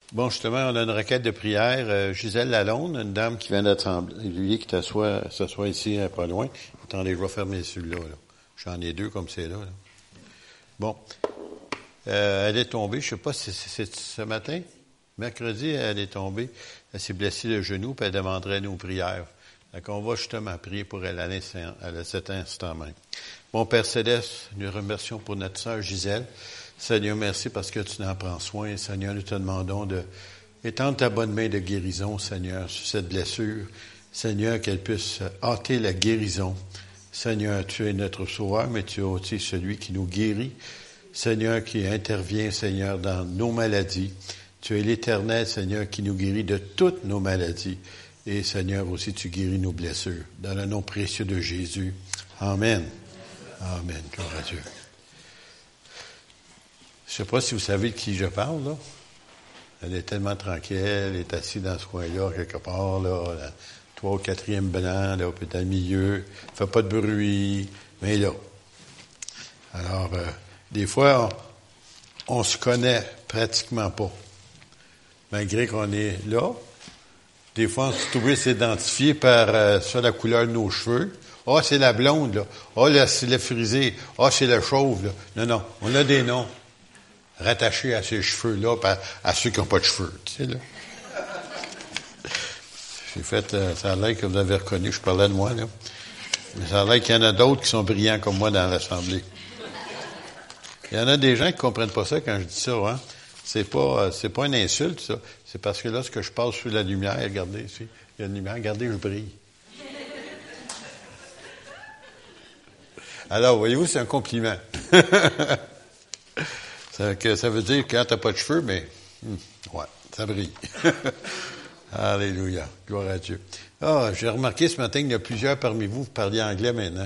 Bon, justement, on a une requête de prière. Gisèle Lalonde, une dame qui vient d'Assembler, qui s'assoit ici, pas loin. Attendez, je vais fermer celui-là. Là. J'en ai deux comme c'est là. Bon. Elle est tombée, je sais pas si c'est ce matin. Mercredi, elle est tombée. Elle s'est blessée le genou, puis elle demanderait nos prières. Donc, on va justement prier pour elle à cet instant même. Mon Père Céleste, nous remercions pour notre sœur Gisèle. Seigneur, merci parce que tu en prends soin. Seigneur, nous te demandons de étendre ta bonne main de guérison, Seigneur, sur cette blessure. Seigneur, qu'elle puisse hâter la guérison. Seigneur, tu es notre sauveur, mais tu es aussi celui qui nous guérit. Seigneur, qui intervient, Seigneur, dans nos maladies. Tu es l'Éternel, Seigneur, qui nous guérit de toutes nos maladies. Et, Seigneur, aussi, tu guéris nos blessures. Dans le nom précieux de Jésus. Amen. Amen. Gloire à Dieu. Je ne sais pas si vous savez de qui je parle, là. Elle est tellement tranquille, elle est assise dans ce coin-là, quelque part, là, 3 ou 4e blanc, là, peut-être dans le milieu, elle fait pas de bruit, mais là. Alors, des fois, on se connaît pratiquement pas. Malgré qu'on est là, des fois, on se trouve s'identifier par soit la couleur de nos cheveux. Ah, c'est la blonde, là. Ah, là, c'est le frisé. Ah, c'est le chauve, là. Non, on a des noms rattachés à ces cheveux-là, à ceux qui n'ont pas de cheveux, tu sais, là. J'ai fait, ça a l'air que vous avez reconnu, je parlais de moi, là. Mais ça a l'air qu'il y en a d'autres qui sont brillants comme moi dans l'Assemblée. Il y en a des gens qui comprennent pas ça quand je dis ça, hein. C'est pas une insulte, ça. C'est parce que lorsque je passe sous la lumière, regardez ici, il y a une lumière, regardez, je brille. Alors, voyez-vous, c'est un compliment. Ça veut dire que quand t'as pas de cheveux, mais, ouais, ça brille. Alléluia. Gloire à Dieu. Ah, j'ai remarqué ce matin qu'il y a plusieurs parmi vous qui parliez anglais maintenant.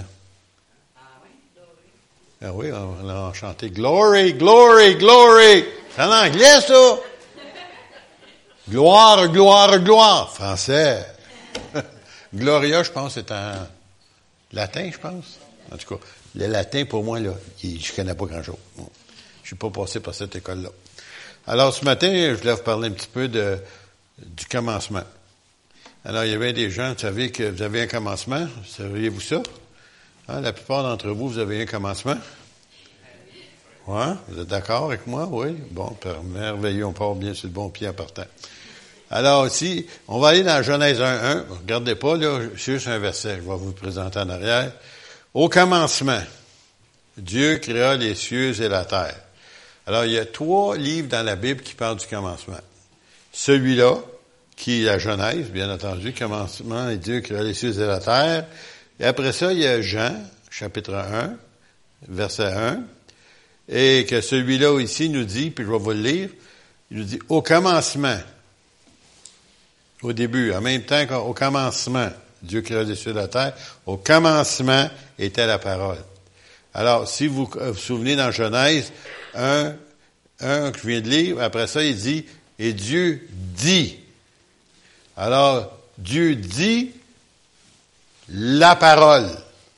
Ah oui, on a chanté Glory, Glory, Glory. C'est en anglais, ça. Gloire, gloire, gloire. Français. Gloria, je pense, c'est en latin, je pense. En tout cas, le latin, pour moi, là, je connais pas grand-chose. Je suis pas passé par cette école-là. Alors, ce matin, je voulais vous parler un petit peu du commencement. Alors, il y avait des gens, vous savez que vous avez un commencement. Saviez-vous ça? Hein, la plupart d'entre vous, vous avez un commencement. Ouais, vous êtes d'accord avec moi? Oui. Bon, merveilleux, on part bien sur le bon pied en partant. Alors aussi, on va aller dans Genèse 1:1. Regardez pas, là, c'est juste un verset. Je vais vous le présenter en arrière. Au commencement, Dieu créa les cieux et la terre. Alors, il y a 3 livres dans la Bible qui parlent du commencement. Celui-là, qui est la Genèse, bien entendu, commencement, et Dieu créa les cieux et la terre. Et après ça, il y a Jean, chapitre 1, verset 1, et que celui-là ici nous dit, puis je vais vous le lire, il nous dit, au commencement, au début, en même temps qu'au commencement, Dieu créa les cieux et la terre, au commencement était la parole. Alors, si vous vous souvenez dans Genèse 1 que je viens de lire, après ça, il dit, et Dieu dit. Alors, Dieu dit la parole.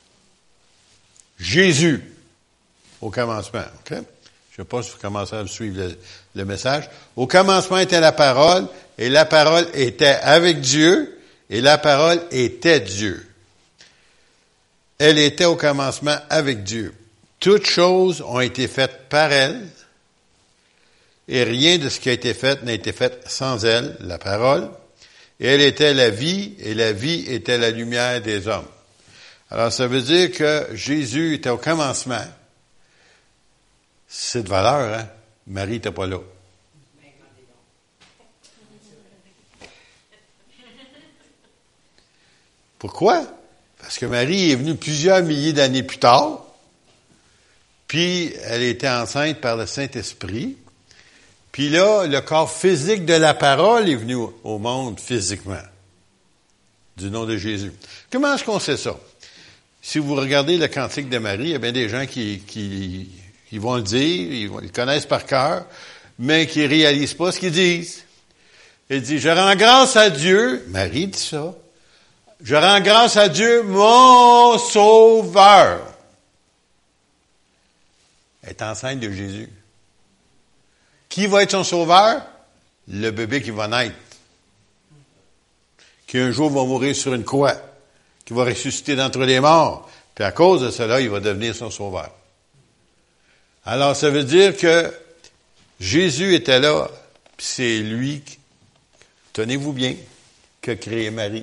Jésus, au commencement. OK? Je ne sais pas si vous commencez à suivre le message. Au commencement était la parole, et la parole était avec Dieu, et la parole était Dieu. Elle était au commencement avec Dieu. Toutes choses ont été faites par elle, et rien de ce qui a été fait n'a été fait sans elle, la parole. Et elle était la vie, et la vie était la lumière des hommes. Alors, ça veut dire que Jésus était au commencement. C'est de valeur, hein? Marie n'était pas là. Pourquoi? Parce que Marie est venue plusieurs milliers d'années plus tard, puis elle était enceinte par le Saint-Esprit, puis là, le corps physique de la parole est venu au monde physiquement, du nom de Jésus. Comment est-ce qu'on sait ça? Si vous regardez le Cantique de Marie, il y a bien des gens qui vont le dire, ils le connaissent par cœur, mais qui réalisent pas ce qu'ils disent. Il dit, je rends grâce à Dieu, Marie dit ça, je rends grâce à Dieu, mon Sauveur. Elle est enceinte de Jésus. Qui va être son Sauveur? le bébé qui va naître, qui un jour va mourir sur une croix, qui va ressusciter d'entre les morts, puis à cause de cela, il va devenir son sauveur. Alors, ça veut dire que Jésus était là, puis c'est lui, tenez-vous bien, qui a créé Marie.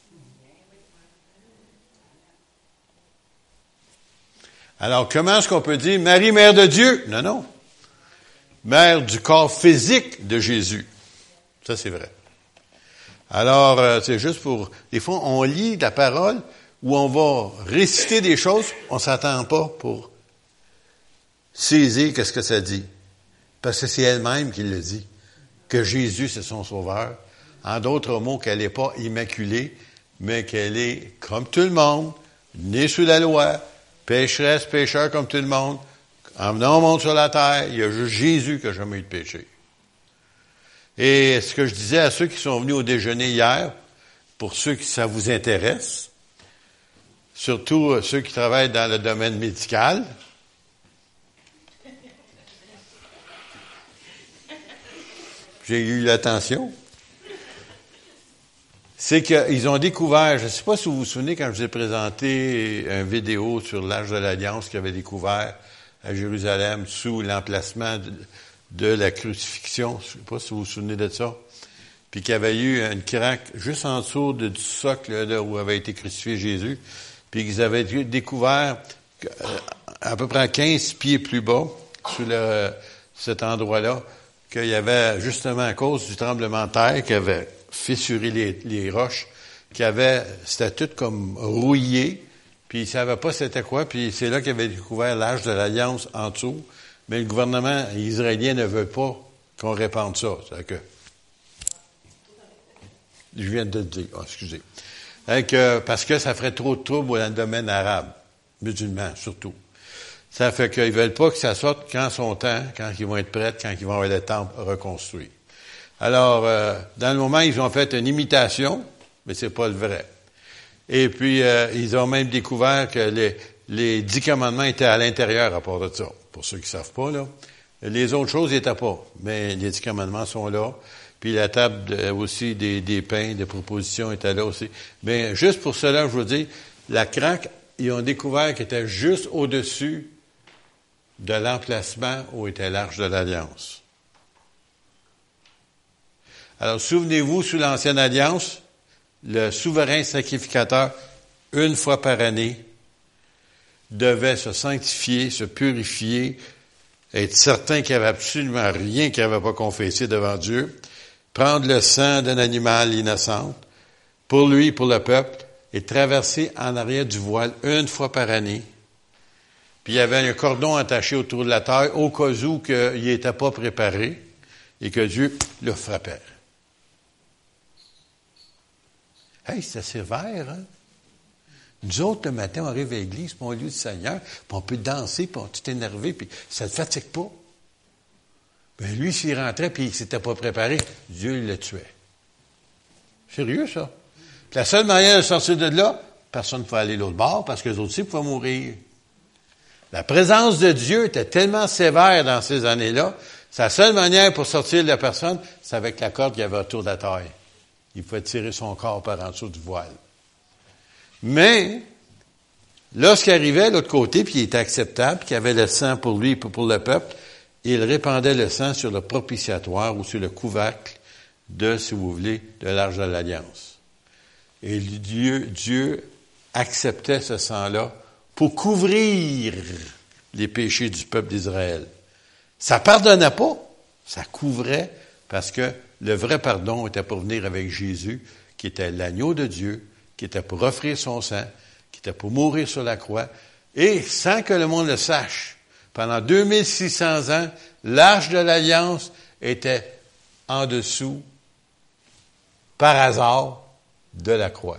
Alors, comment est-ce qu'on peut dire Marie, mère de Dieu? Non, non. Mère du corps physique de Jésus. Ça, c'est vrai. Alors, c'est juste pour... Des fois, on lit la parole où on va réciter des choses, on s'attend pas pour saisir qu'est-ce que ça dit. Parce que c'est elle-même qui le dit, que Jésus, c'est son sauveur. En d'autres mots, qu'elle n'est pas immaculée, mais qu'elle est comme tout le monde, née sous la loi, pécheresse, pécheur comme tout le monde, en venant au monde sur la terre, il y a juste Jésus qui n'a jamais eu de péché. Et ce que je disais à ceux qui sont venus au déjeuner hier, pour ceux qui ça vous intéresse, surtout ceux qui travaillent dans le domaine médical, j'ai eu l'attention, c'est qu'ils ont découvert, je ne sais pas si vous vous souvenez quand je vous ai présenté une vidéo sur l'Arche de l'Alliance qu'ils avaient découvert à Jérusalem sous l'emplacement de la crucifixion, je ne sais pas si vous vous souvenez de ça, puis qu'il y avait eu une craque juste en dessous du socle là, où avait été crucifié Jésus, puis qu'ils avaient découvert à peu près 15 pieds plus bas, sous cet endroit-là, qu'il y avait, justement à cause du tremblement de terre, qui avait fissuré les roches, c'était tout comme rouillé, puis ils ne savaient pas c'était quoi, puis c'est là qu'ils avaient découvert l'Arche de l'Alliance en dessous, mais le gouvernement israélien ne veut pas qu'on répande ça. C'est que, je viens de le dire, excusez. Parce que ça ferait trop de trouble dans le domaine arabe, musulman surtout. Ça fait qu'ils veulent pas que ça sorte quand son temps, quand ils vont être prêts, quand ils vont avoir le temple reconstruit. Alors, dans le moment, ils ont fait une imitation, mais c'est pas le vrai. Et puis, ils ont même découvert que les 10 commandements étaient à l'intérieur à part de ça. Pour ceux qui savent pas, là. Les autres choses n'étaient pas, mais les 10 commandements sont là. Puis la table aussi des pains, des propositions était là aussi. Mais juste pour cela, je vous dis, la craque, ils ont découvert qu'elle était juste au-dessus de l'emplacement où était l'Arche de l'Alliance. Alors, souvenez-vous, sous l'Ancienne Alliance, le souverain sacrificateur, une fois par année, devait se sanctifier, se purifier, être certain qu'il n'y avait absolument rien qu'il n'avait pas confessé devant Dieu, prendre le sang d'un animal innocent, pour lui, pour le peuple, et traverser en arrière du voile une fois par année. Puis il y avait un cordon attaché autour de la taille, au cas où qu'il n'était pas préparé, et que Dieu le frappait. Hey, c'est sévère, hein? Nous autres, le matin, on arrive à l'église, puis on lit le Seigneur, puis on peut danser, puis on est tout énervé, puis ça ne te fatigue pas. Ben lui, s'il rentrait, puis il ne s'était pas préparé, Dieu le tuait. Sérieux, ça? Puis la seule manière de sortir de là, personne ne pouvait aller l'autre bord, parce que les autres aussi pouvaient mourir. La présence de Dieu était tellement sévère dans ces années-là, sa seule manière pour sortir de la personne, c'est avec la corde qu'il y avait autour de la taille. Il pouvait tirer son corps par en dessous du voile. Mais, lorsqu'il arrivait de l'autre côté, puis il était acceptable, qu'il y avait le sang pour lui et pour le peuple, il répandait le sang sur le propitiatoire ou sur le couvercle de, si vous voulez, de l'Arche de l'Alliance. Et Dieu acceptait ce sang-là pour couvrir les péchés du peuple d'Israël. Ça pardonnait pas, ça couvrait, parce que le vrai pardon était pour venir avec Jésus, qui était l'agneau de Dieu, qui était pour offrir son sang, qui était pour mourir sur la croix, et sans que le monde le sache, pendant 2600 ans, l'Arche de l'Alliance était en dessous, par hasard, de la croix.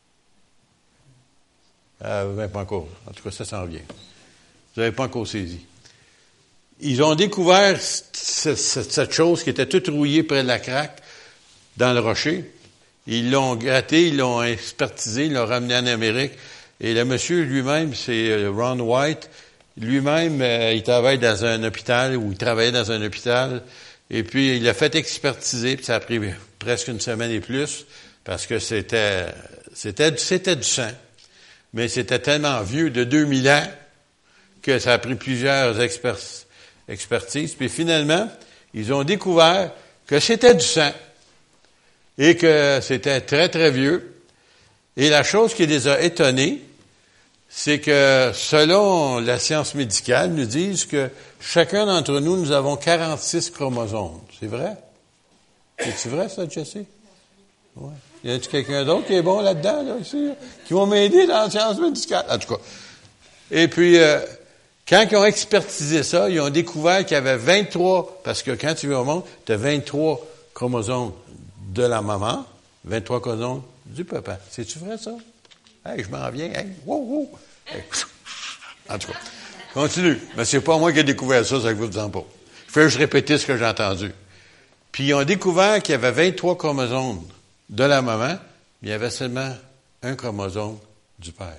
Vous n'avez pas encore. En tout cas, ça s'en vient. Vous n'avez pas encore saisi. Ils ont découvert cette chose qui était toute rouillée près de la craque, dans le rocher. Ils l'ont gratté, ils l'ont expertisé, ils l'ont ramené en Amérique. Et le monsieur lui-même, c'est Ron White, lui-même, il travaille dans un hôpital, ou il travaillait dans un hôpital, Et puis, il l'a fait expertiser, puis ça a pris presque une semaine et plus, parce que c'était du sang. Mais c'était tellement vieux, de 2000 ans, que ça a pris plusieurs expertises. Puis finalement, ils ont découvert que c'était du sang et que c'était très, très vieux. Et la chose qui les a étonnés, c'est que selon la science médicale, nous disent que chacun d'entre nous, nous avons 46 chromosomes. C'est vrai? C'est-tu vrai, ça, Jesse? Ouais. Y a-t-il quelqu'un d'autre qui est bon là-dedans, là, ici, là, qui va m'aider dans la science médicale? En tout cas. Et puis, quand ils ont expertisé ça, ils ont découvert qu'il y avait 23, parce que quand tu vas au monde, tu as 23 chromosomes de la maman, 23 chromosomes du papa. C'est-tu vrai, ça? Hey, je m'en viens. Hey, wow, wow. Hey. En tout cas, continue. Mais c'est pas moi qui ai découvert ça, ça ne vous en pas. Je fais juste répéter ce que j'ai entendu. Puis ils ont découvert qu'il y avait 23 chromosomes de la maman, mais il y avait seulement un chromosome du père.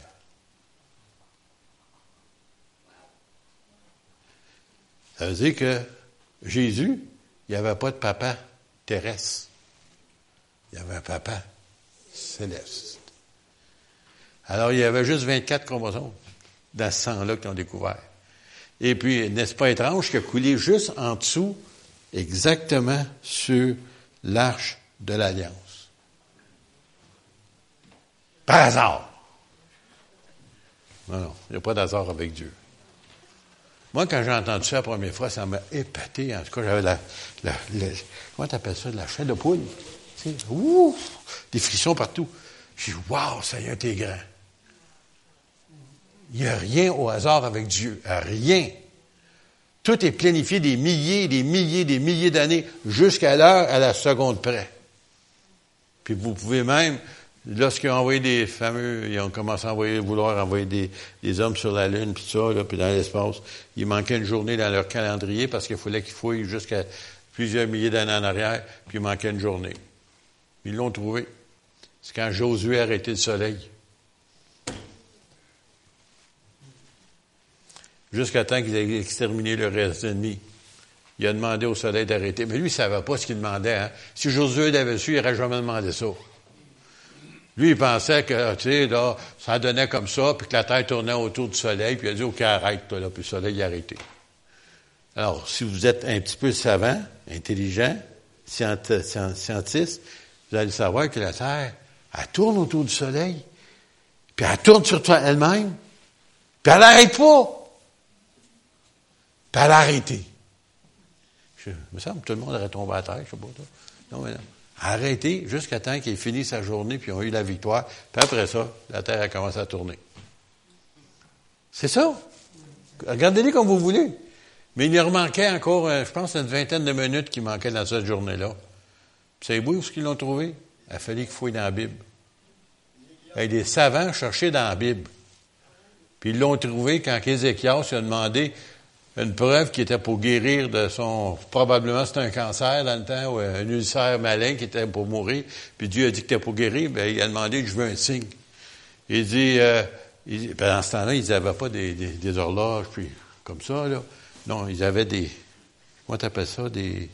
Ça veut dire que Jésus, il n'y avait pas de papa terrestre. Il y avait un papa céleste. Alors, il y avait juste 24 chromosomes dans ce sang-là qu'ils ont découvert. Et puis, n'est-ce pas étrange qu'il a coulé juste en dessous, exactement sur l'arche de l'Alliance? Par hasard. Non, il n'y a pas d'hasard avec Dieu. Moi, quand j'ai entendu ça la première fois, ça m'a épaté. En tout cas, j'avais comment t'appelles ça? De la chair de poule. Tu sais, des frissons partout. J'ai dit, wow, ça y est, t'es grand. Il n'y a rien au hasard avec Dieu. Rien. Tout est planifié des milliers d'années jusqu'à l'heure, à la seconde près. Puis vous pouvez même, lorsqu'ils ont envoyé ils ont commencé à vouloir envoyer des hommes sur la Lune, puis ça, là, puis dans l'espace, il manquait une journée dans leur calendrier parce qu'il fallait qu'ils fouillent jusqu'à plusieurs milliers d'années en arrière, puis il manquait une journée. Ils l'ont trouvé. C'est quand Josué a arrêté le soleil. Jusqu'à temps qu'ils aient exterminé le reste ennemis. Il a demandé au soleil d'arrêter. Mais lui, il ne savait pas ce qu'il demandait. Hein? Si Josué l'avait su, il n'aurait jamais demandé ça. Lui, il pensait que, tu sais, là, ça donnait comme ça, puis que la Terre tournait autour du soleil, puis il a dit, OK, arrête, toi, là, puis le soleil a arrêté. Alors, si vous êtes un petit peu savant, intelligent, scientiste, vous allez savoir que la Terre, elle tourne autour du soleil, puis elle tourne sur elle-même, puis elle n'arrête pas. Puis elle a arrêté. Il me semble que tout le monde aurait tombé à terre, je sais pas. Non, mais non. Arrêté jusqu'à temps qu'il ait fini sa journée, puis ils ont eu la victoire. Puis après ça, la Terre a commencé à tourner. C'est ça. Regardez-les comme vous voulez. Mais il leur manquait encore, je pense, une vingtaine de minutes qui manquaient dans cette journée-là. Puis savez-vous où est-ce qu'ils l'ont trouvé? Il a fallu qu'il fouille dans la Bible. Et des savants cherchaient dans la Bible. Puis ils l'ont trouvé quand Ézéchias a demandé une preuve qui était pour guérir de probablement c'était un cancer dans le temps, ou un ulcère malin qui était pour mourir. Puis Dieu a dit que c'était pour guérir, bien, il a demandé, je veux un signe. Il dit, dans ce temps-là, ils n'avaient pas des horloges, puis comme ça, là. Non, ils avaient comment t'appelles ça, des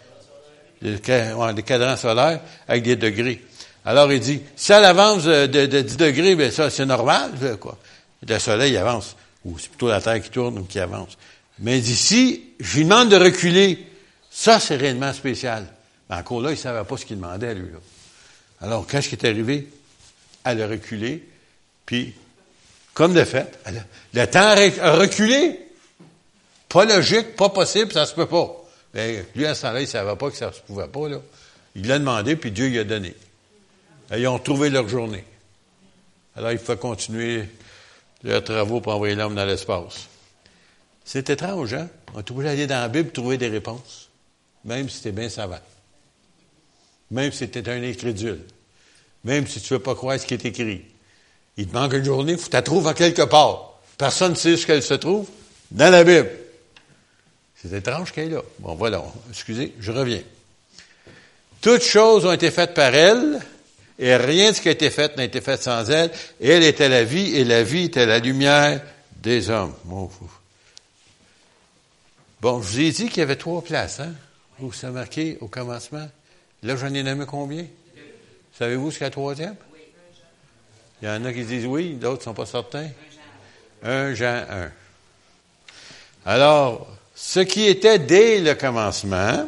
cadrans solaires avec des degrés. Alors, il dit, si elle avance de 10 degrés, bien ça, c'est normal, quoi. Le soleil avance. Ou c'est plutôt la Terre qui tourne ou qui avance. Mais d'ici, je lui demande de reculer. Ça, c'est réellement spécial. Mais encore là, il ne savait pas ce qu'il demandait, lui. Là. Alors, quand ce qui est arrivé, elle a reculé, puis, comme de fait, le temps a reculé. Pas logique, pas possible, ça se peut pas. Mais lui, à ce temps-là, il ne savait pas que ça se pouvait pas, là. Il l'a demandé, puis Dieu lui a donné. Et ils ont retrouvé leur journée. Alors, il faut continuer leurs travaux pour envoyer l'homme dans l'espace. C'est étrange, hein? On est obligé d'aller dans la Bible et trouver des réponses. Même si t'es bien savant. Même si t'es un incrédule. Même si tu ne veux pas croire ce qui est écrit. Il te manque une journée, il faut que tu la trouves en quelque part. Personne ne sait ce qu'elle se trouve dans la Bible. C'est étrange qu'elle est là. Bon, voilà. Excusez, je reviens. Toutes choses ont été faites par elle, et rien de ce qui a été fait n'a été fait sans elle. Et elle était la vie, et la vie était la lumière des hommes. Bon, je vous ai dit qu'il y avait 3 places, hein? Où c'est marqué au commencement? Là, j'en ai nommé combien? Savez-vous ce qu'est la troisième? Il y en a qui disent oui, d'autres ne sont pas certains. 1 Jean 1. Alors, ce qui était dès le commencement,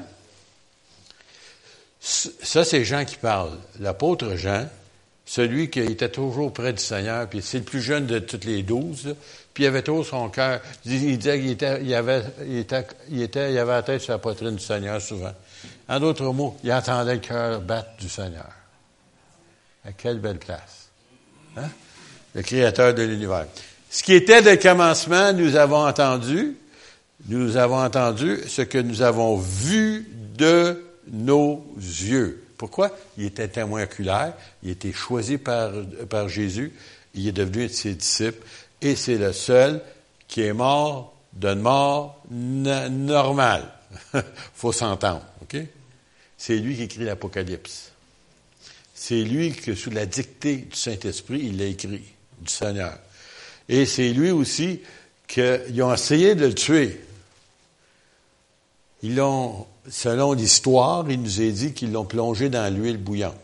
ça c'est Jean qui parle. L'apôtre Jean, celui qui était toujours près du Seigneur, puis c'est le plus jeune de toutes les 12, là, puis il avait toujours son cœur. Il disait qu'il avait la tête sur la poitrine du Seigneur souvent. En d'autres mots, il entendait le cœur battre du Seigneur. À quelle belle place. Hein? Le Créateur de l'univers. Ce qui était de commencement, nous avons entendu ce que nous avons vu de nos yeux. Pourquoi? Il était témoin oculaire, il a été choisi par Jésus, il est devenu ses disciples, et c'est le seul qui est mort d'une mort normale. Faut s'entendre, OK? C'est lui qui écrit l'Apocalypse. C'est lui que, sous la dictée du Saint-Esprit, il l'a écrit, du Seigneur. Et c'est lui aussi qu'ils ont essayé de le tuer. Ils l'ont, selon l'histoire, il nous est dit qu'ils l'ont plongé dans l'huile bouillante.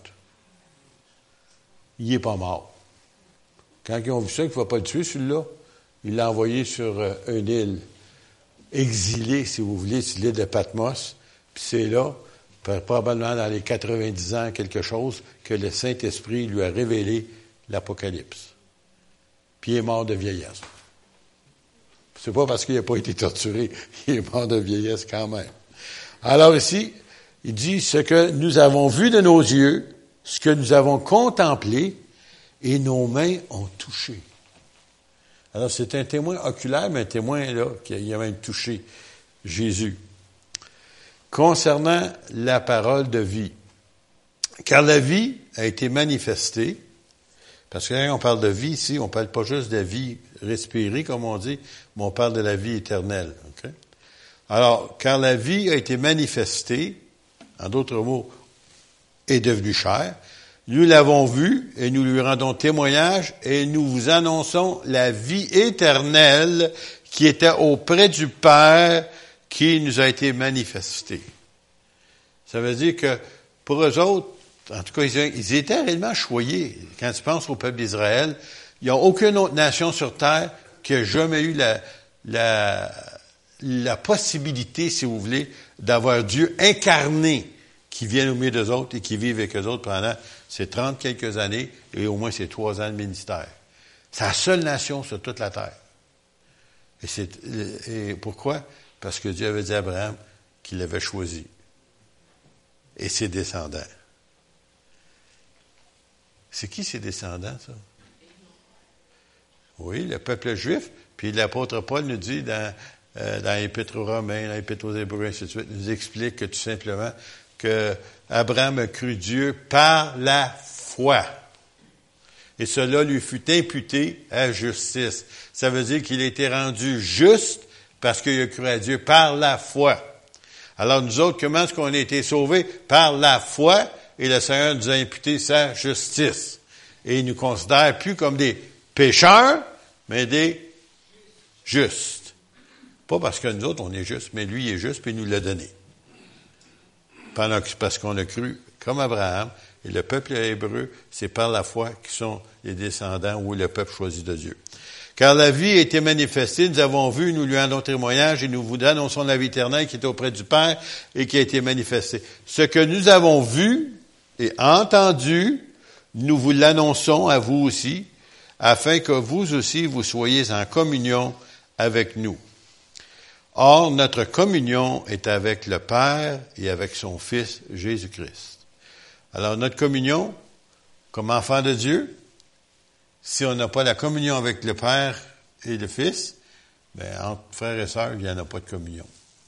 Il n'est pas mort. Quand ils ont vu ça, qu'il ne faut pas le tuer, celui-là, il l'a envoyé sur une île, exilé, si vous voulez, sur l'île de Patmos. Puis c'est là, probablement dans les 90 ans, quelque chose, que le Saint-Esprit lui a révélé l'Apocalypse. Puis il est mort de vieillesse. C'est pas parce qu'il n'a pas été torturé, il est mort de vieillesse quand même. Alors ici, il dit ce que nous avons vu de nos yeux, ce que nous avons contemplé, et nos mains ont touché. Alors c'est un témoin oculaire, mais un témoin là, qui a même touché Jésus. Concernant la parole de vie. Car la vie a été manifestée, parce que quand on parle de vie ici, on ne parle pas juste de la vie respirée, comme on dit, mais on parle de la vie éternelle. Okay? Alors, car la vie a été manifestée, en d'autres mots, est devenue chair, nous l'avons vue et nous lui rendons témoignage et nous vous annonçons la vie éternelle qui était auprès du Père qui nous a été manifestée. Ça veut dire que pour eux autres, en tout cas, ils étaient réellement choyés. Quand tu penses au peuple d'Israël, il n'y a aucune autre nation sur terre qui a jamais eu la possibilité, si vous voulez, d'avoir Dieu incarné qui vient au milieu d'eux autres et qui vit avec eux autres pendant ces 30 quelques années et au moins ces 3 ans de ministère. C'est la seule nation sur toute la terre. Et pourquoi? Parce que Dieu avait dit à Abraham qu'il l'avait choisi. Et ses descendants. C'est qui ses descendants, ça? Oui, le peuple juif. Puis l'apôtre Paul nous dit dans l'Épître aux Romains, dans l'Épître aux Hébreux, ainsi de suite, nous explique que tout simplement que Abraham a cru Dieu par la foi. Et cela lui fut imputé à justice. Ça veut dire qu'il a été rendu juste parce qu'il a cru à Dieu par la foi. Alors nous autres, comment est-ce qu'on a été sauvés? Par la foi, et le Seigneur nous a imputé sa justice. Et il nous considère plus comme des pécheurs, mais des justes. Pas parce que nous autres, on est justes, mais lui, il est juste, puis il nous l'a donné. Parce qu'on a cru, comme Abraham, et le peuple hébreu, c'est par la foi qui sont les descendants ou le peuple choisi de Dieu. Car la vie a été manifestée, nous avons vu, nous lui rendons témoignage et nous vous annonçons la vie éternelle qui est auprès du Père et qui a été manifestée. Ce que nous avons vu et entendu, nous vous l'annonçons à vous aussi, afin que vous aussi vous soyez en communion avec nous. Or, notre communion est avec le Père et avec son Fils Jésus-Christ. Alors, notre communion, comme enfant de Dieu, si on n'a pas la communion avec le Père et le Fils, bien, entre frères et sœurs, il n'y en a pas de communion.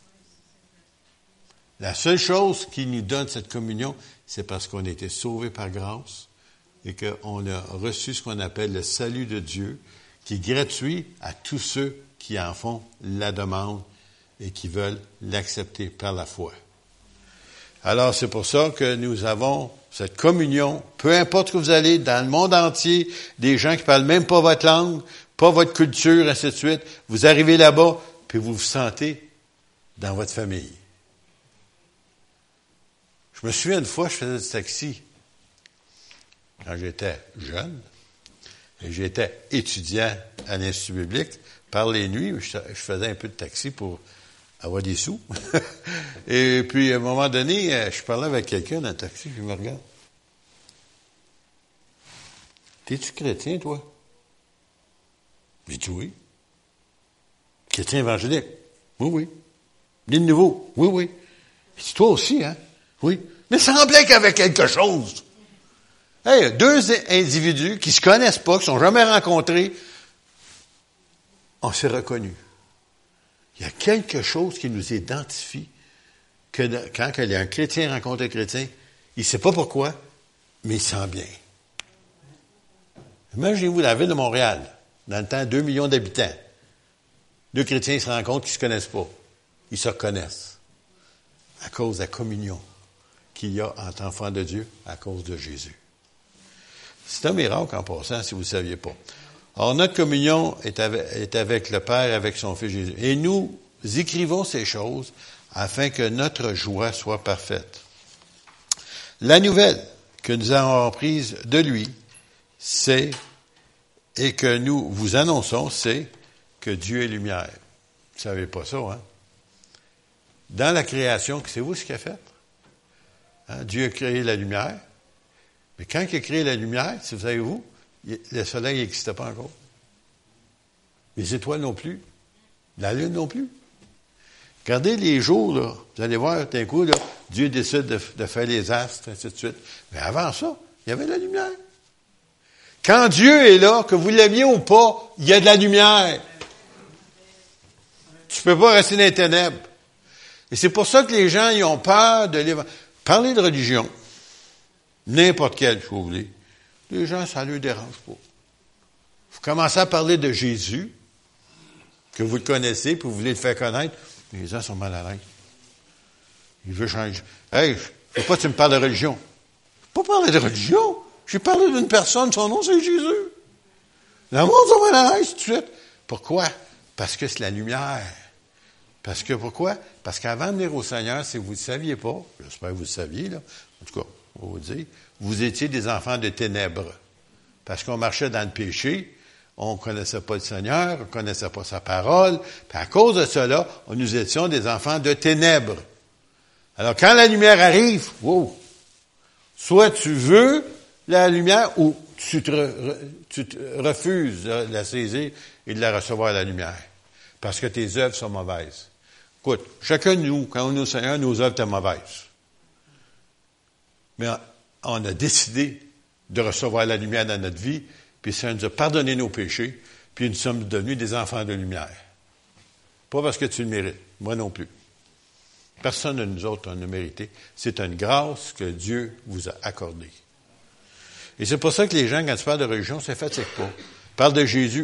La seule chose qui nous donne cette communion, c'est parce qu'on a été sauvés par grâce et qu'on a reçu ce qu'on appelle le salut de Dieu, qui est gratuit à tous ceux qui en font la demande et qui veulent l'accepter par la foi. Alors, c'est pour ça que nous avons cette communion, peu importe où vous allez, dans le monde entier, des gens qui parlent même pas votre langue, pas votre culture, ainsi de suite. Vous arrivez là-bas, puis vous vous sentez dans votre famille. Je me souviens une fois, je faisais du taxi quand j'étais jeune, et j'étais étudiant à l'Institut biblique. Par les nuits, je faisais un peu de taxi pour avoir des sous. Et puis, à un moment donné, je parlais avec quelqu'un dans le taxi, il me regarde. T'es-tu chrétien, toi? J'ai dit oui. Chrétien évangélique? Oui, oui. Né de nouveau? Oui, oui. Il dit, toi aussi, hein? Oui. Mais ça semblait qu'il y avait quelque chose. Hey, deux individus qui se connaissent pas, qui ne sont jamais rencontrés, on s'est reconnus. Il y a quelque chose qui nous identifie que quand il y a un chrétien rencontre un chrétien, il ne sait pas pourquoi, mais il sent bien. Imaginez-vous la ville de Montréal, dans le temps, 2 millions d'habitants. Deux chrétiens se rencontrent qui ne se connaissent pas. Ils se reconnaissent à cause de la communion qu'il y a entre enfants de Dieu à cause de Jésus. C'est un miracle en passant, si vous ne le saviez pas. Or, notre communion est avec le Père, avec son Fils Jésus. Et nous écrivons ces choses afin que notre joie soit parfaite. La nouvelle que nous avons apprise de lui, et que nous vous annonçons, c'est que Dieu est lumière. Vous ne savez pas ça, hein? Dans la création, savez-vous ce qu'il a fait? Hein? Dieu a créé la lumière. Mais quand il a créé la lumière, si vous savez-vous, le soleil n'existait pas encore. Les étoiles non plus. La lune non plus. Regardez les jours, là. Vous allez voir, d'un coup, là, Dieu décide de faire les astres, ainsi de suite. Mais avant ça, il y avait la lumière. Quand Dieu est là, que vous l'aimiez ou pas, il y a de la lumière. Tu peux pas rester dans les ténèbres. Et c'est pour ça que les gens, ils ont peur de l'évangile. Parler de religion, n'importe quelle, si vous voulez, les gens, ça ne leur dérange pas. Vous commencez à parler de Jésus, que vous le connaissez, puis vous voulez le faire connaître, les gens sont mal à l'aise. Il veut changer. Hey, je veux pas que tu me parles de religion. Je ne veux pas parler de religion. J'ai parlé d'une personne, son nom c'est Jésus. Le monde est mal à l'aise tout de suite. Pourquoi? Parce que c'est la lumière. Parce que pourquoi? Parce qu'avant de venir au Seigneur, si vous ne le saviez pas, j'espère que vous le saviez, là, en tout cas, on va vous dire, vous étiez des enfants de ténèbres. Parce qu'on marchait dans le péché, on ne connaissait pas le Seigneur, on ne connaissait pas sa parole, puis à cause de cela, nous étions des enfants de ténèbres. Alors, quand la lumière arrive, wow, soit tu veux la lumière ou tu te refuses de la saisir et de la recevoir, la lumière. Parce que tes œuvres sont mauvaises. Écoute, chacun de nous, quand on est au Seigneur, nos œuvres étaient mauvaises. Mais on a décidé de recevoir la lumière dans notre vie, puis ça nous a pardonné nos péchés, puis nous sommes devenus des enfants de lumière. Pas parce que tu le mérites, moi non plus. Personne de nous autres ne mérité. C'est une grâce que Dieu vous a accordée. Et c'est pour ça que les gens, quand tu parles de religion, ne se fatiguent pas. Parle de Jésus,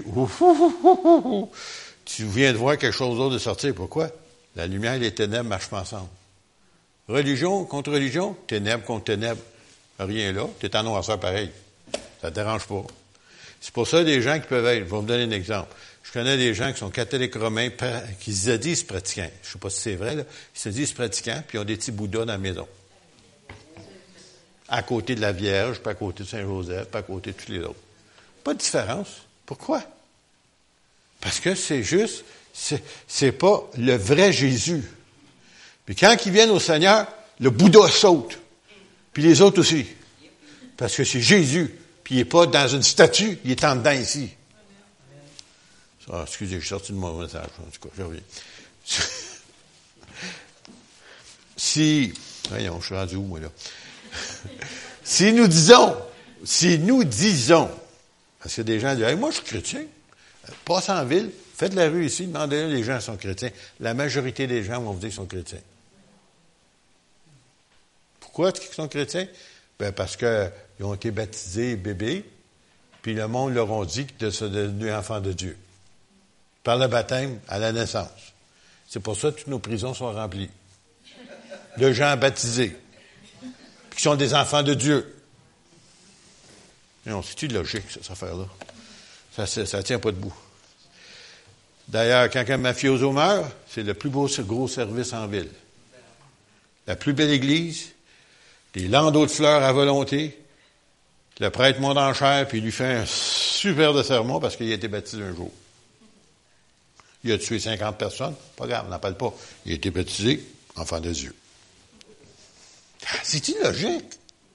tu viens de voir quelque chose d'autre de sortir. Pourquoi? La lumière et les ténèbres ne marchent pas ensemble. Religion contre religion, ténèbres contre ténèbres. Rien là, tu es en noirceur pareil. Ça ne te dérange pas. C'est pour ça des gens qui peuvent être, je vais vous donner un exemple. Je connais des gens qui sont catholiques romains, qui se disent pratiquants. Je ne sais pas si c'est vrai, là. Ils se disent pratiquants, puis ils ont des petits bouddhas dans la maison. À côté de la Vierge, pas à côté de Saint-Joseph, pas à côté de tous les autres. Pas de différence. Pourquoi? Parce que c'est juste, c'est pas le vrai Jésus. Puis quand ils viennent au Seigneur, le Bouddha saute. Puis les autres aussi. Parce que c'est Jésus. Puis il n'est pas dans une statue, il est en dedans ici. Ah, excusez, je suis sorti de mon message. En tout cas, je reviens. Voyons, je suis rendu où, moi, là? Si nous disons, parce que des gens disent, hey, moi, je suis chrétien. Passe en ville, faites la rue ici, demandez-leur, les gens sont chrétiens. La majorité des gens vont vous dire qu'ils sont chrétiens. Pourquoi est-ce qu'ils sont chrétiens? Ben, parce qu'ils ont été baptisés bébés, puis le monde leur a dit qu'ils sont devenus enfants de Dieu. Par le baptême à la naissance. C'est pour ça que toutes nos prisons sont remplies. De gens baptisés, puis qui sont des enfants de Dieu. Non, c'est-tu logique, cette affaire-là? Ça tient pas debout. D'ailleurs, quand un mafioso meurt, c'est le plus gros service en ville. La plus belle église, des landaux de fleurs à volonté. Le prêtre monte en chair, puis il lui fait un super de sermon parce qu'il a été baptisé un jour. Il a tué 50 personnes. Pas grave, on n'en parle pas. Il a été baptisé, enfant de Dieu. C'est illogique.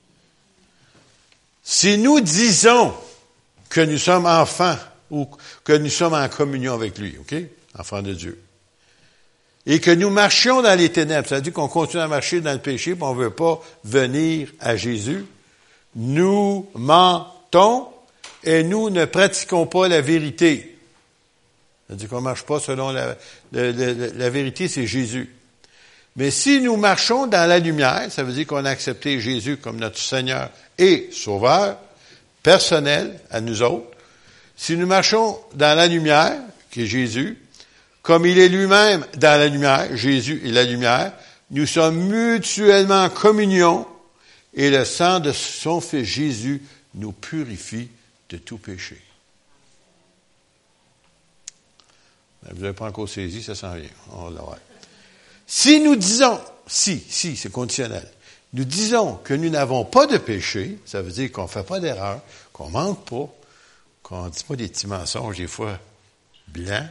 Si nous disons que nous sommes enfants ou que nous sommes en communion avec lui, OK? Enfants de Dieu. Et que nous marchions dans les ténèbres, c'est-à-dire qu'on continue à marcher dans le péché, puis on ne veut pas venir à Jésus, nous mentons et nous ne pratiquons pas la vérité. C'est-à-dire qu'on ne marche pas selon la vérité, c'est Jésus. Mais si nous marchons dans la lumière, ça veut dire qu'on a accepté Jésus comme notre Seigneur et Sauveur, personnel à nous autres. Si nous marchons dans la lumière, qui est Jésus, comme il est lui-même dans la lumière, Jésus est la lumière, nous sommes mutuellement en communion et le sang de son Fils Jésus nous purifie de tout péché. Vous n'avez pas encore saisi, ça s'en vient. On va voir. Si nous disons, si, c'est conditionnel, nous disons que nous n'avons pas de péché, ça veut dire qu'on ne fait pas d'erreur, qu'on ne manque pas, qu'on ne dit pas des petits mensonges, des fois blancs.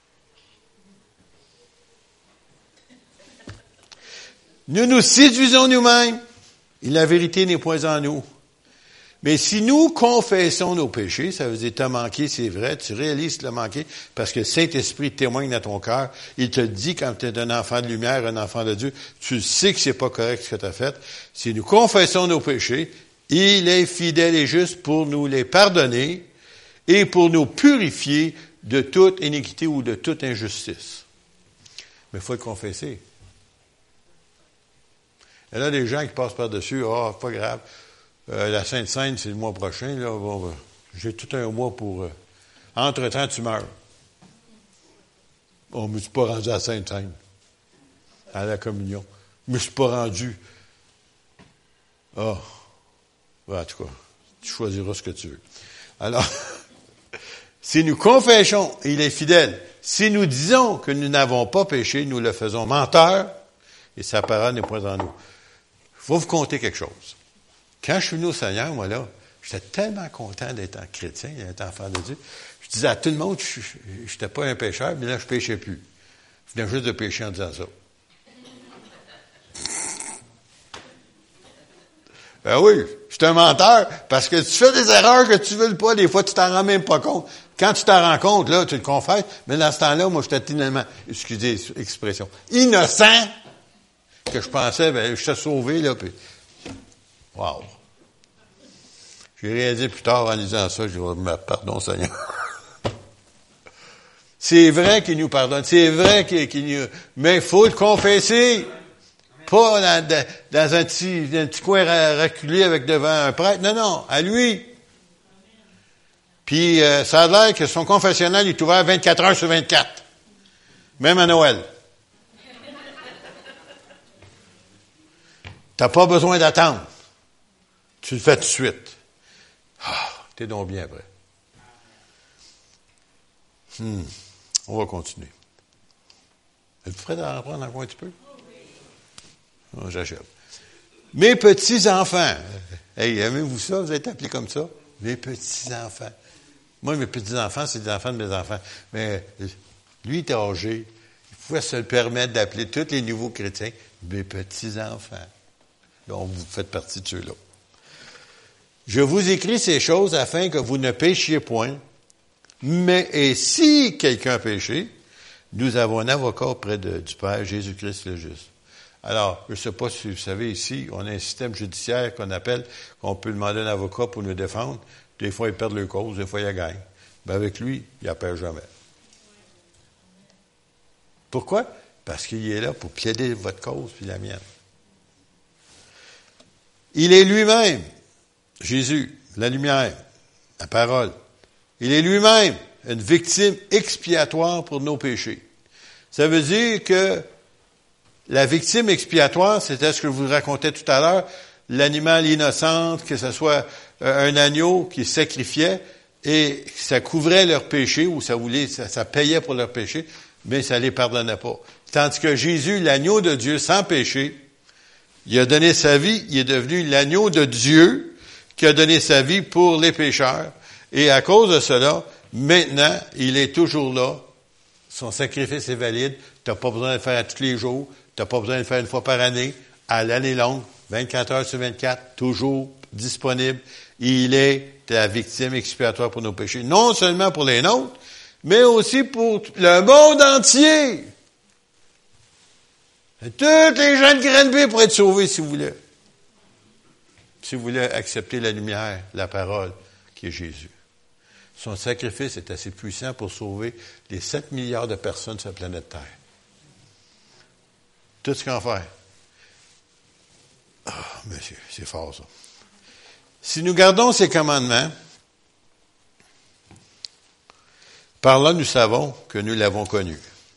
Nous nous séduisons nous-mêmes et la vérité n'est point en nous. Mais si nous confessons nos péchés, ça veut dire t'as manqué, c'est vrai, tu réalises que tu l'as manqué parce que le Saint-Esprit témoigne dans ton cœur. Il te dit quand tu es un enfant de lumière, un enfant de Dieu, tu sais que c'est pas correct ce que tu as fait. Si nous confessons nos péchés, il est fidèle et juste pour nous les pardonner et pour nous purifier de toute iniquité ou de toute injustice. Mais il faut le confesser. Il y a des gens qui passent par-dessus, pas grave. La Sainte Seine, c'est le mois prochain. Là, j'ai tout un mois pour... entre-temps, tu meurs. Je ne me suis pas rendu à la Sainte Seine, à la communion. Je ne me suis pas rendu. En tout cas, tu choisiras ce que tu veux. Alors, si nous confessons, il est fidèle. Si nous disons que nous n'avons pas péché, nous le faisons menteur, et sa parole n'est point en nous. Il faut vous conter quelque chose. Quand je suis venu au Seigneur, moi, là, j'étais tellement content d'être un chrétien, d'être enfant de Dieu. Je disais à tout le monde que je n'étais pas un pécheur, mais là, je ne péchais plus. Je venais juste de pécher en disant ça. Ben oui, je suis un menteur, parce que tu fais des erreurs que tu ne veux pas, des fois, tu t'en rends même pas compte. Quand tu t'en rends compte, là, tu le confesses, mais dans ce temps-là, moi, j'étais tellement, excusez l'expression, innocent, que je pensais, je t'ai sauvé, là, puis wow! J'ai réalisé plus tard en disant ça, je dis, pardon Seigneur. C'est vrai qu'il nous pardonne, c'est vrai qu'il nous... Mais il faut le confesser. Pas dans un petit coin reculé avec devant un prêtre. Non, à lui. Puis ça a l'air que son confessionnal est ouvert 24 heures sur 24. Même à Noël. T'as pas besoin d'attendre. Tu le fais tout de suite. T'es donc bien après. On va continuer. Êtes-vous prêt à en prendre encore un petit peu? J'achève. Mes petits-enfants. Hey, aimez-vous ça? Vous êtes appelés comme ça? Mes petits-enfants. Moi, mes petits-enfants, c'est des enfants de mes enfants. Mais lui, il était âgé. Il pouvait se le permettre d'appeler tous les nouveaux chrétiens mes petits-enfants. Donc, vous faites partie de ceux-là. Je vous écris ces choses afin que vous ne péchiez point. Et si quelqu'un a péché, nous avons un avocat auprès du Père, Jésus-Christ le juste. Alors, je ne sais pas si vous savez, ici, on a un système judiciaire qu'on peut demander un avocat pour nous défendre. Des fois, ils perdent leur cause, des fois, ils gagnent. Mais avec lui, il ne perd jamais. Pourquoi? Parce qu'il est là pour plaider votre cause puis la mienne. Il est lui-même, Jésus, la lumière, la parole. Il est lui-même une victime expiatoire pour nos péchés. Ça veut dire que la victime expiatoire, c'était ce que je vous racontais tout à l'heure, l'animal innocent, que ce soit un agneau qui sacrifiait et ça couvrait leurs péchés ou ça payait pour leurs péchés, mais ça les pardonnait pas. Tandis que Jésus, l'agneau de Dieu sans péché, Il a donné sa vie, il est devenu l'agneau de Dieu qui a donné sa vie pour les pécheurs. Et à cause de cela, maintenant, il est toujours là. Son sacrifice est valide. Tu n'as pas besoin de le faire à tous les jours. Tu n'as pas besoin de le faire une fois par année. À l'année longue, 24 heures sur 24, toujours disponible. Il est la victime expiatoire pour nos péchés. Non seulement pour les nôtres, mais aussi pour le monde entier. Toutes les gens de Granby pourraient être sauvés si vous voulez. Si vous voulez accepter la lumière, la parole, qui est Jésus. Son sacrifice est assez puissant pour sauver les 7 milliards de personnes sur la planète Terre. Tout ce qu'on va faire. Ah, monsieur, c'est fort ça. Si nous gardons ces commandements, par là nous savons que nous l'avons connu.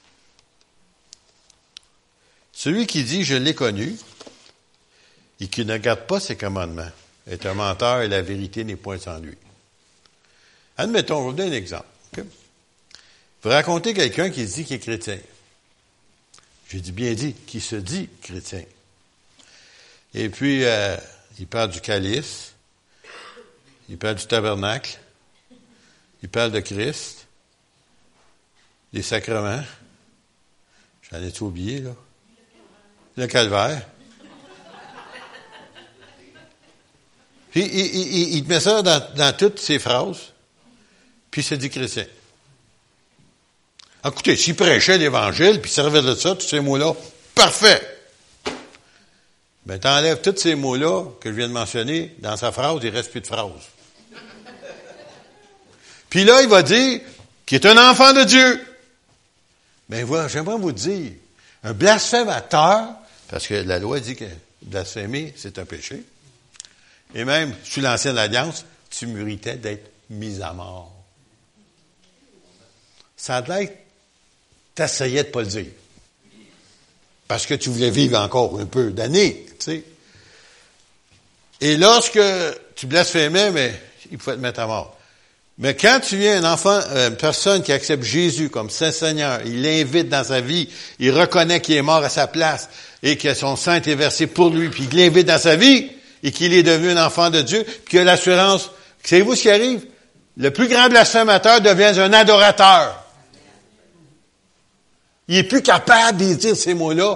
Celui qui dit « je l'ai connu » et qui ne garde pas ses commandements est un menteur et la vérité n'est point en lui. Admettons, je vais vous donner un exemple. Okay? Vous racontez quelqu'un qui se dit qu'il est chrétien. J'ai bien dit, qui se dit chrétien. Et puis, il parle du calice, il parle du tabernacle, il parle de Christ, des sacrements. J'en ai tout oublié, là. Le calvaire. Puis, il te met ça dans toutes ses phrases, puis il se dit chrétien. Écoutez, s'il prêchait l'Évangile, puis il servait de ça, tous ces mots-là, parfait! Mais t'enlèves tous ces mots-là que je viens de mentionner, dans sa phrase, il ne reste plus de phrase. Puis là, il va dire qu'il est un enfant de Dieu. Mais voilà, j'aimerais vous dire, un blasphémateur, parce que la loi dit que blasphémer, c'est un péché, et même, sous l'Ancienne Alliance, tu méritais d'être mis à mort. Ça a l'air que t'essayais de pas le dire. Parce que tu voulais vivre encore un peu d'années, tu sais. Et lorsque tu blasphémais, mais il faut te mettre à mort. Mais quand tu viens une personne qui accepte Jésus comme Saint-Seigneur, il l'invite dans sa vie, il reconnaît qu'il est mort à sa place et que son sang a été versé pour lui, puis il l'invite dans sa vie et qu'il est devenu un enfant de Dieu, puis qu'il a l'assurance. Savez-vous ce qui arrive? Le plus grand blasphémateur devient un adorateur. Il est plus capable de dire ces mots-là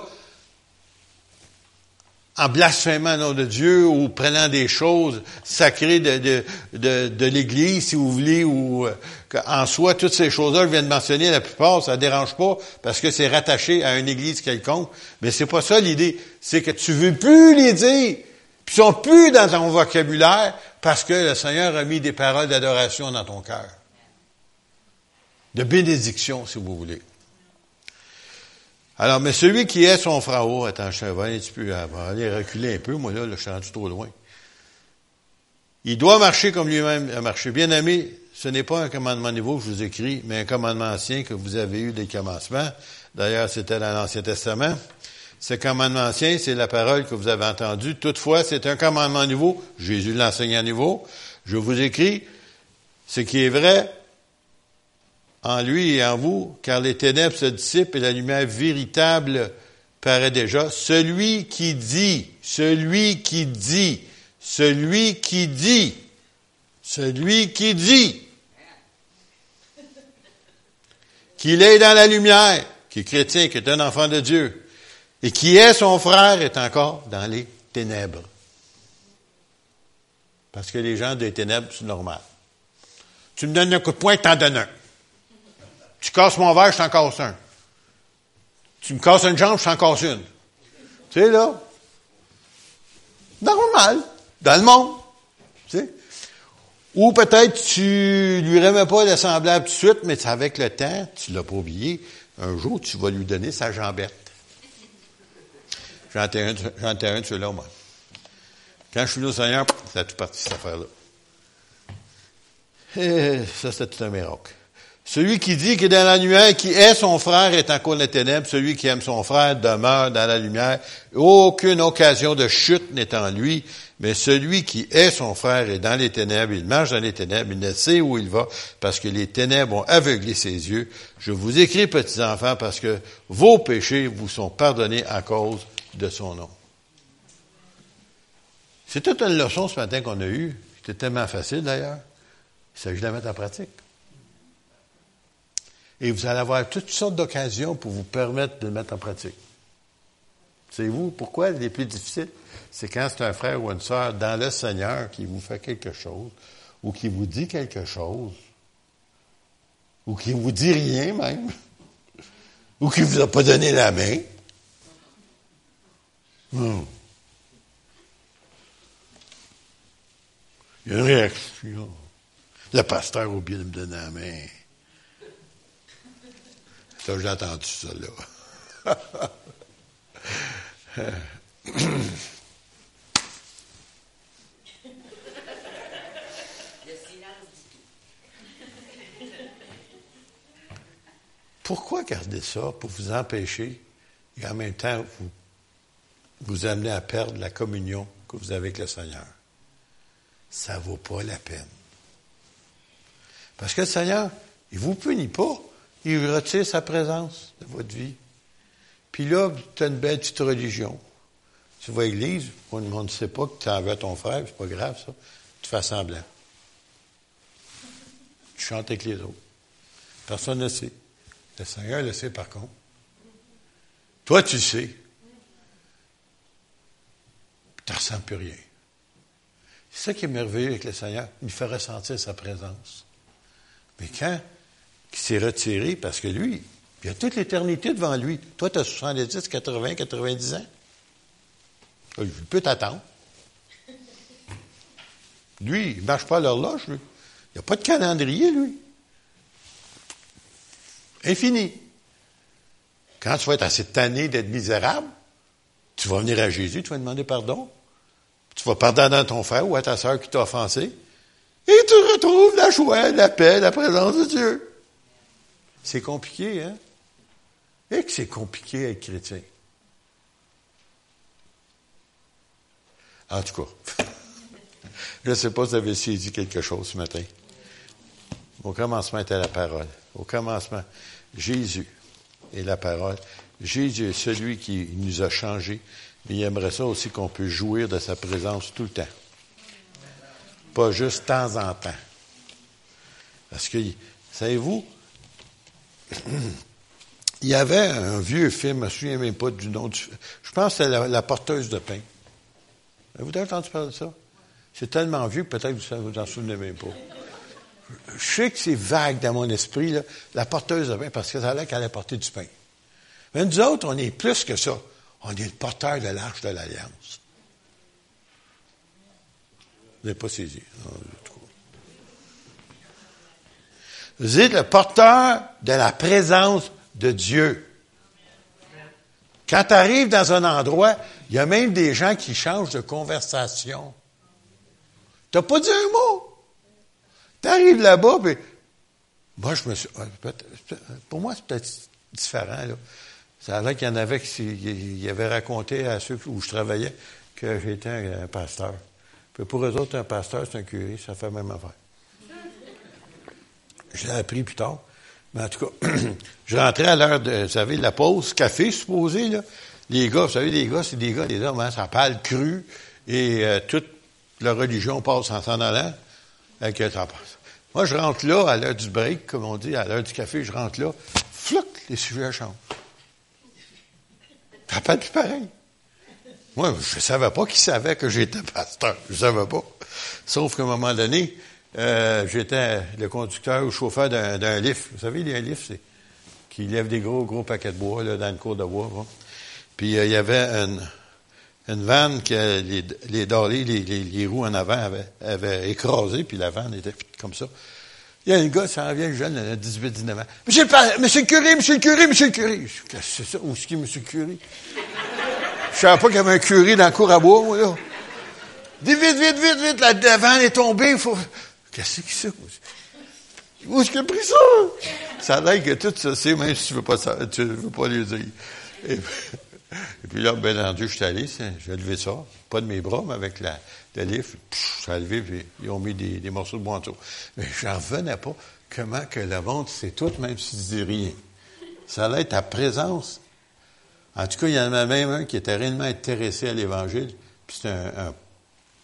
en blasphémant le nom de Dieu ou prenant des choses sacrées de l'Église, si vous voulez, ou en soi, toutes ces choses-là, je viens de mentionner, la plupart, ça ne dérange pas parce que c'est rattaché à une Église quelconque. Mais c'est pas ça l'idée. C'est que tu veux plus les dire, puis ils sont plus dans ton vocabulaire parce que le Seigneur a mis des paroles d'adoration dans ton cœur. De bénédiction, si vous voulez. Alors, mais celui qui est son frère, oh, attends, je vais aller reculer un peu, moi là, je suis rendu trop loin. Il doit marcher comme lui-même a marché. Bien aimé, ce n'est pas un commandement nouveau que je vous écris, mais un commandement ancien que vous avez eu dès le commencement. D'ailleurs, c'était dans l'Ancien Testament. Ce commandement ancien, c'est la parole que vous avez entendue. Toutefois, c'est un commandement nouveau. Jésus l'enseigne à nouveau. Je vous écris ce qui est vrai en lui et en vous, car les ténèbres se dissipent et la lumière véritable paraît déjà. Celui qui dit qu'il est dans la lumière, qui est chrétien, qui est un enfant de Dieu, et qui est son frère, est encore dans les ténèbres. Parce que les gens des ténèbres, c'est normal. Tu me donnes un coup de poing, je t'en donne un. Tu casses mon verre, je t'en casse un. Tu me casses une jambe, je t'en casse une. Tu sais, là, normal, dans le monde. Tu sais. Ou peut-être tu lui remets pas le semblable tout de suite, mais avec le temps, tu l'as pas oublié, un jour, tu vas lui donner sa jambette. J'en ai un de ceux-là, moi. Quand je suis venu au Seigneur, ça a tout parti, cette affaire-là. Et ça, c'était tout un miracle. Celui qui dit qu'il est dans la lumière, qui est son frère, est encore dans les ténèbres. Celui qui aime son frère demeure dans la lumière. Aucune occasion de chute n'est en lui. Mais celui qui est son frère est dans les ténèbres. Il marche dans les ténèbres. Il ne sait où il va parce que les ténèbres ont aveuglé ses yeux. Je vous écris, petits enfants, parce que vos péchés vous sont pardonnés à cause de son nom. C'est toute une leçon ce matin qu'on a eue. C'était tellement facile d'ailleurs. Il s'agit de la mettre en pratique. Et vous allez avoir toutes sortes d'occasions pour vous permettre de le mettre en pratique. Savez-vous pourquoi les plus difficiles? C'est quand c'est un frère ou une sœur dans le Seigneur qui vous fait quelque chose, ou qui vous dit quelque chose, ou qui vous dit rien même, ou qui vous a pas donné la main. Il y a une réaction. Le pasteur a oublié de me donner la main. Ça, j'ai entendu ça, là. Pourquoi garder ça? Pour vous empêcher et en même temps vous amener à perdre la communion que vous avez avec le Seigneur. Ça ne vaut pas la peine. Parce que le Seigneur, il ne vous punit pas. Il retire sa présence de votre vie. Puis là, tu as une belle petite religion. Tu vas à l'église, on ne sait pas que tu en veux à ton frère, c'est pas grave ça. Tu fais semblant. Tu chantes avec les autres. Personne ne sait. Le Seigneur le sait par contre. Toi, tu sais. Tu ne ressens plus rien. C'est ça qui est merveilleux avec le Seigneur. Il fait ressentir sa présence. Mais quand il s'est retiré, parce que lui, il a toute l'éternité devant lui. Toi, tu as 70, 80, 90 ans. Il peut t'attendre. Lui, il ne marche pas à l'horloge, lui. Il n'y a pas de calendrier, lui. Infini. Quand tu vas être assez tanné d'être misérable, tu vas venir à Jésus, tu vas demander pardon. Tu vas pardonner à ton frère ou à ta sœur qui t'a offensé. Et tu retrouves la joie, la paix, la présence de Dieu. C'est compliqué, hein? Et que c'est compliqué être chrétien. En tout cas, je ne sais pas si vous avez saisi quelque chose ce matin. Au commencement était la parole. Au commencement, Jésus est la parole. Jésus est celui qui nous a changés, mais il aimerait ça aussi qu'on peut jouir de sa présence tout le temps. Pas juste de temps en temps. Parce que, savez-vous, il y avait un vieux film, je ne me souviens même pas du nom du film. Je pense que c'est la porteuse de pain. Vous avez entendu parler de ça? C'est tellement vieux que peut-être que vous n'en souvenez même pas. Je sais que c'est vague dans mon esprit, là, la porteuse de pain, parce que ça a l'air qu'elle allait porter du pain. Mais nous autres, on est plus que ça. On est le porteur de l'arche de l'Alliance. Vous n'avez pas saisi. Vous êtes le porteur de la présence de Dieu. Quand tu arrives dans un endroit, il y a même des gens qui changent de conversation. Tu n'as pas dit un mot. Tu arrives là-bas, puis moi, je me suis... Pour moi, c'est peut-être différent, là. Ça a l'air qu'il y en avait qui avaient raconté à ceux où je travaillais que j'étais un pasteur. Puis pour eux autres, un pasteur, c'est un curé, ça fait la même affaire. Je l'ai appris plus tard. Mais en tout cas, je rentrais à l'heure de, vous savez, la pause, café, supposé, là. Les gars, vous savez, les gars, c'est des gars, des hommes, hein, ça parle cru, et toute la religion passe en s'en allant. Avec, ça passe. Moi, je rentre là, à l'heure du break, comme on dit, à l'heure du café, je rentre là, flouc, les sujets changent. Ça parle plus pareil. Moi, je ne savais pas qui savait que j'étais pasteur. Je ne savais pas. Sauf qu'à un moment donné, j'étais le conducteur ou chauffeur d'un lift. Vous savez, un lift, c'est qui lève des gros paquets de bois là, dans une cour de bois. Bon. Puis il y avait une vanne que les dollies, les roues en avant avaient écrasé, puis la vanne était comme ça. Il y a un gars, ça en vient jeune, il a 18-19 ans. Monsieur le curé! Qu'est-ce que c'est ça? Où est-ce qu'il est, monsieur le curé? Je savais pas qu'il y avait un curé dans la cour à bois, moi, là. Dis vite, la vanne est tombée, il faut... Qu'est-ce que c'est? Où est-ce qu'il a pris ça? Ça a l'air que tout ça, c'est, même si tu veux pas lui dire. Et puis là, ben entendu, je suis allé, j'ai levé ça, pas de mes bras, mais avec le livre, ça a levé, puis ils ont mis des morceaux de bois en dessous. Mais j'en revenais pas comment que le monde, c'est tout, même si tu dis rien. Ça allait être ta présence. En tout cas, il y en a même un qui était réellement intéressé à l'Évangile, puis c'est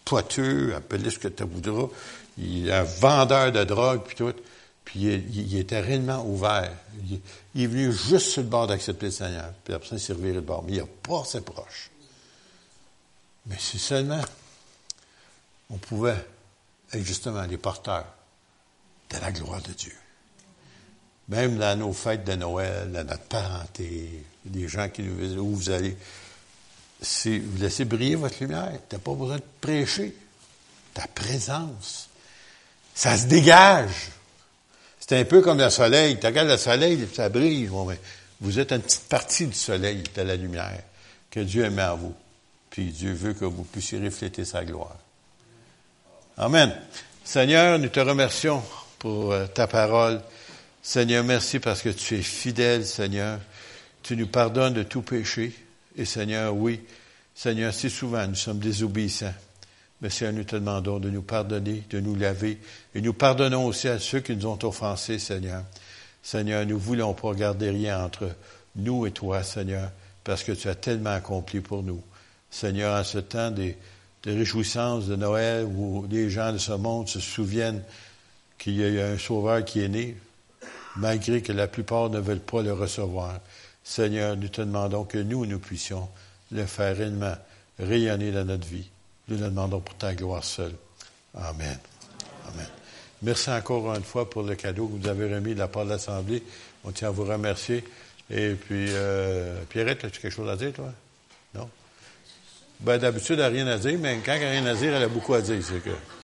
poiteux, appelez ce que tu voudras. Il est un vendeur de drogue, puis tout. Puis il était réellement ouvert. Il est venu juste sur le bord d'accepter le Seigneur. Puis après ça, il s'est reviré le bord. Mais il n'a pas assez proche. Mais si seulement on pouvait être justement les porteurs de la gloire de Dieu. Même dans nos fêtes de Noël, dans notre parenté, des gens qui nous visitent, où vous allez, vous laissez briller votre lumière. Tu n'as pas besoin de prêcher. Ta présence, ça se dégage. C'est un peu comme le soleil. Tu regardes le soleil, ça brille. Bon, mais vous êtes une petite partie du soleil, de la lumière que Dieu met en vous. Puis Dieu veut que vous puissiez refléter sa gloire. Amen. Seigneur, nous te remercions pour ta parole. Seigneur, merci parce que tu es fidèle, Seigneur. Tu nous pardonnes de tout péché. Et Seigneur, oui, Seigneur, si souvent nous sommes désobéissants. Mais Seigneur, nous te demandons de nous pardonner, de nous laver. Et nous pardonnons aussi à ceux qui nous ont offensés, Seigneur. Seigneur, nous ne voulons pas garder rien entre nous et toi, Seigneur, parce que tu as tellement accompli pour nous. Seigneur, en ce temps de réjouissance de Noël, où les gens de ce monde se souviennent qu'il y a eu un sauveur qui est né, malgré que la plupart ne veulent pas le recevoir. Seigneur, nous te demandons que nous puissions le faire réellement rayonner dans notre vie. Nous le demandons pour ta gloire seule. Amen. Amen. Merci encore une fois pour le cadeau que vous avez remis de la part de l'Assemblée. On tient à vous remercier. Et puis, Pierrette, as-tu quelque chose à dire, toi? Non? Ben, d'habitude, elle n'a rien à dire, mais quand elle n'a rien à dire, elle a beaucoup à dire. C'est que...